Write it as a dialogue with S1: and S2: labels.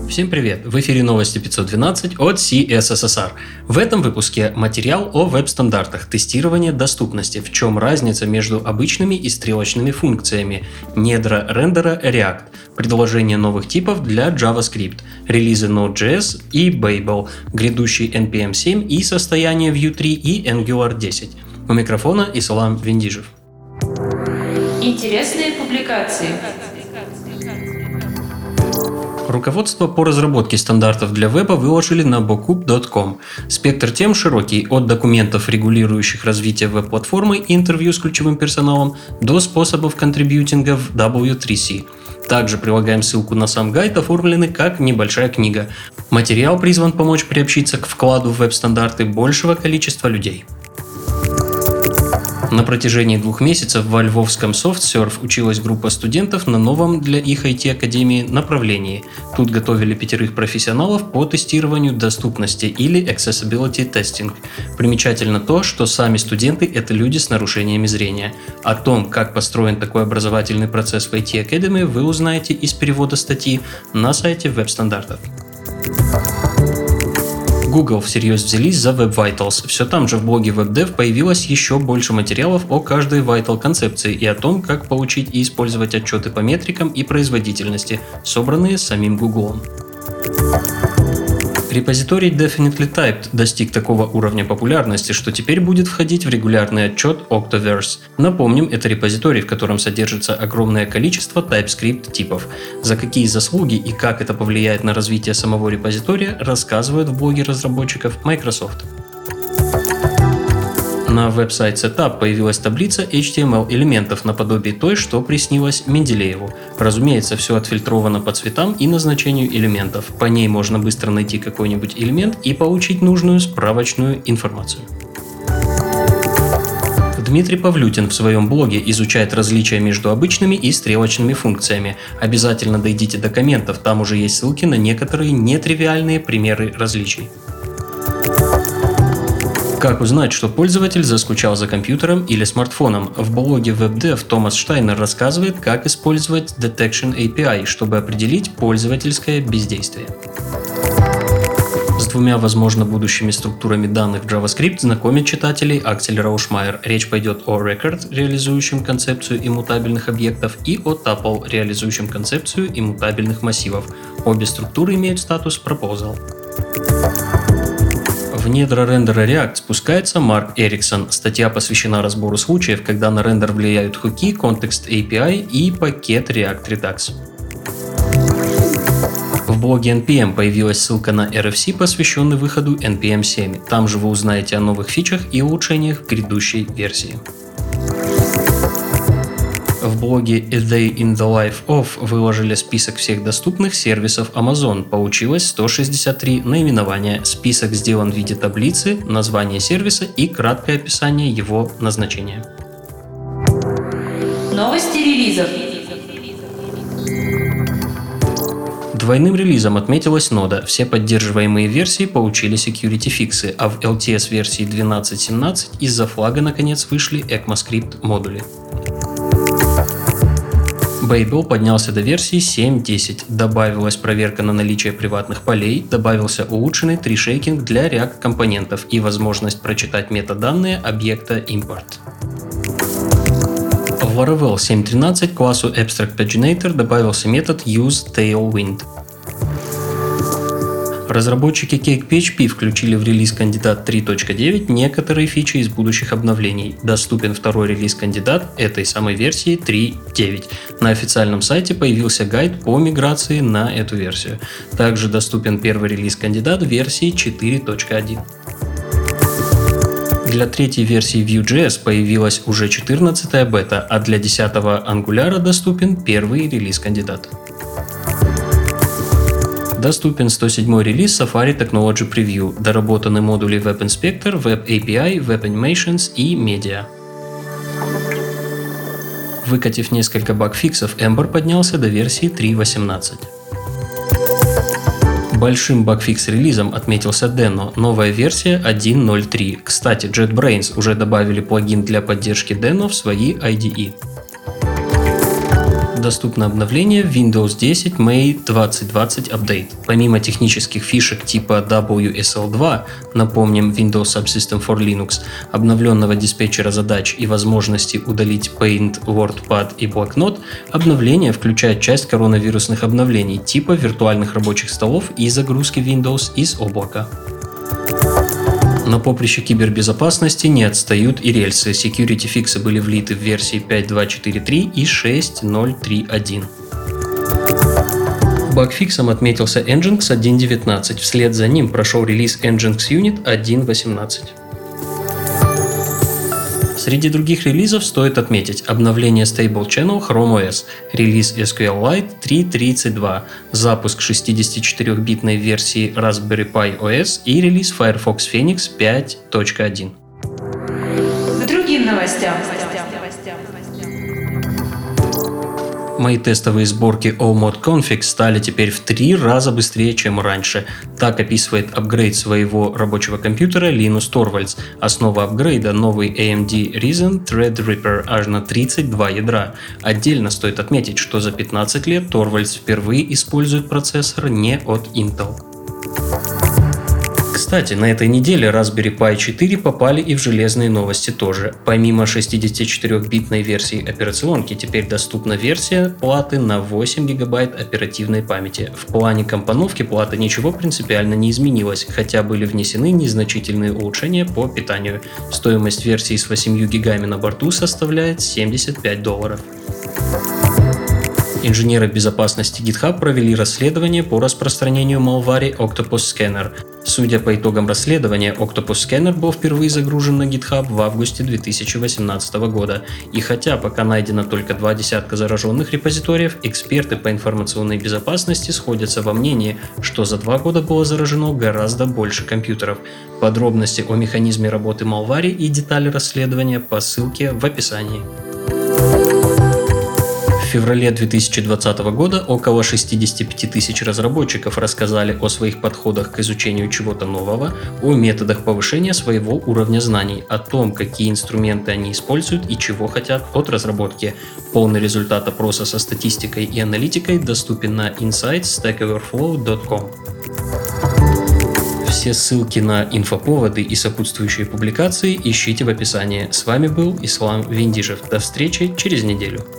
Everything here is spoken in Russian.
S1: Всем привет! В эфире новости 512 от CSSR. В этом выпуске материал о веб-стандартах, тестирование доступности, в чем разница между обычными и стрелочными функциями, недра рендера React, предложение новых типов для JavaScript, релизы Node.js и Babel, грядущий NPM 7 и состояние Vue 3 и Angular 10. У микрофона Ислам Виндижев.
S2: Интересные публикации.
S1: Руководство по разработке стандартов для веба выложили на bokup.com. Спектр тем широкий, от документов, регулирующих развитие веб-платформы и интервью с ключевым персоналом, до способов контрибьютинга в W3C. Также прилагаем ссылку на сам гайд, оформленный как небольшая книга. Материал призван помочь приобщиться к вкладу в веб-стандарты большего количества людей. На протяжении 2 месяцев во львовском SoftServe училась группа студентов на новом для их IT-академии направлении. Тут готовили 5 профессионалов по тестированию доступности или Accessibility Testing. Примечательно то, что сами студенты – это люди с нарушениями зрения. О том, как построен такой образовательный процесс в IT Academy, вы узнаете из перевода статьи на сайте веб-стандартов. Google всерьез взялись за Web Vitals. Все там же в блоге WebDev появилось еще больше материалов о каждой Vital концепции и о том, как получить и использовать отчеты по метрикам и производительности, собранные самим Google. Репозиторий Definitely Typed достиг такого уровня популярности, что теперь будет входить в регулярный отчет Octoverse. Напомним, это репозиторий, в котором содержится огромное количество TypeScript типов. За какие заслуги и как это повлияет на развитие самого репозитория, рассказывают в блоге разработчиков Microsoft. На веб-сайт Setup появилась таблица HTML-элементов наподобие той, что приснилась Менделееву. Разумеется, все отфильтровано по цветам и назначению элементов. По ней можно быстро найти какой-нибудь элемент и получить нужную справочную информацию. Дмитрий Павлютин в своем блоге изучает различия между обычными и стрелочными функциями. Обязательно дойдите до комментов, там уже есть ссылки на некоторые нетривиальные примеры различий. Как узнать, что пользователь заскучал за компьютером или смартфоном? В блоге WebDev Томас Штайнер рассказывает, как использовать Detection API, чтобы определить пользовательское бездействие. С 2 возможно будущими структурами данных в JavaScript знакомит читателей Аксель Раушмайер. Речь пойдет о Record, реализующем концепцию иммутабельных объектов, и о Tuple, реализующем концепцию иммутабельных массивов. Обе структуры имеют статус Proposal. В недра рендера React спускается Марк Эриксон. Статья посвящена разбору случаев, когда на рендер влияют хуки, контекст API и пакет React Redux. В блоге NPM появилась ссылка на RFC, посвященный выходу NPM 7. Там же вы узнаете о новых фичах и улучшениях в грядущей версии. В блоге A Day in the Life of выложили список всех доступных сервисов Amazon. Получилось 163 наименования. Список сделан в виде таблицы, название сервиса и краткое описание его назначения.
S2: Новости релизов.
S1: Двойным релизом отметилась нода. Все поддерживаемые версии получили security фиксы, а в LTS версии 12.17 из-за флага наконец вышли ECMAScript модули. Babel поднялся до версии 7.10, добавилась проверка на наличие приватных полей, добавился улучшенный трешейкинг для React компонентов и возможность прочитать метаданные объекта import. В Laravel 7.13 классу AbstractPaginator добавился метод useTailwind. Разработчики CakePHP включили в релиз кандидат 3.9 некоторые фичи из будущих обновлений. Доступен второй релиз кандидат этой самой версии 3.9. На официальном сайте появился гайд по миграции на эту версию. Также доступен первый релиз кандидат версии 4.1. Для 3-й версии Vue.js появилась уже 14-я бета, а для 10-го Angular доступен первый релиз кандидат. Доступен 107-й релиз Safari Technology Preview, доработаны модули Web Inspector, Web API, Web Animations и Media. Выкатив несколько баг-фиксов, Ember поднялся до версии 3.18. Большим багфикс-релизом отметился Deno, новая версия 1.0.3. Кстати, JetBrains уже добавили плагин для поддержки Deno в свои IDE. доступно обновление Windows 10 May 2020 Update. Помимо технических фишек типа WSL2, напомним Windows Subsystem for Linux, обновленного диспетчера задач и возможности удалить Paint, WordPad и блокнот, обновление включает часть коронавирусных обновлений типа виртуальных рабочих столов и загрузки Windows из облака. На поприще кибербезопасности не отстают и рельсы. Security фиксы были влиты в версии 5.2.4.3 и 6.0.3.1. Багфиксом отметился Nginx 1.19, вслед за ним прошел релиз Nginx Unit 1.18. Среди других релизов стоит отметить обновление Stable Channel Chrome OS, релиз SQLite 3.32, запуск 64-битной версии Raspberry Pi OS и релиз Firefox Phoenix 5.1.
S2: К другим новостям.
S1: Мои тестовые сборки OMod Config стали теперь в 3 раза быстрее, чем раньше. Так описывает апгрейд своего рабочего компьютера Linus Torvalds. Основа апгрейда — новый AMD Ryzen Threadripper аж на 32 ядра. Отдельно стоит отметить, что за 15 лет Torvalds впервые использует процессор не от Intel. Кстати, на этой неделе Raspberry Pi 4 попали и в железные новости тоже. Помимо 64-битной версии операционки, теперь доступна версия платы на 8 ГБ оперативной памяти. В плане компоновки платы ничего принципиально не изменилось, хотя были внесены незначительные улучшения по питанию. Стоимость версии с 8 гигами на борту составляет $75. Инженеры безопасности GitHub провели расследование по распространению malware Octopus Scanner. Судя по итогам расследования, Octopus Scanner был впервые загружен на GitHub в августе 2018 года. И хотя пока найдено только 2 десятка зараженных репозиториев, эксперты по информационной безопасности сходятся во мнении, что за 2 года было заражено гораздо больше компьютеров. Подробности о механизме работы malware и детали расследования по ссылке в описании. В феврале 2020 года около 65 тысяч разработчиков рассказали о своих подходах к изучению чего-то нового, о методах повышения своего уровня знаний, о том, какие инструменты они используют и чего хотят от разработки. Полный результат опроса со статистикой и аналитикой доступен на insights.stackoverflow.com. Все ссылки на инфоповоды и сопутствующие публикации ищите в описании. С вами был Ислам Виндижев. До встречи через неделю.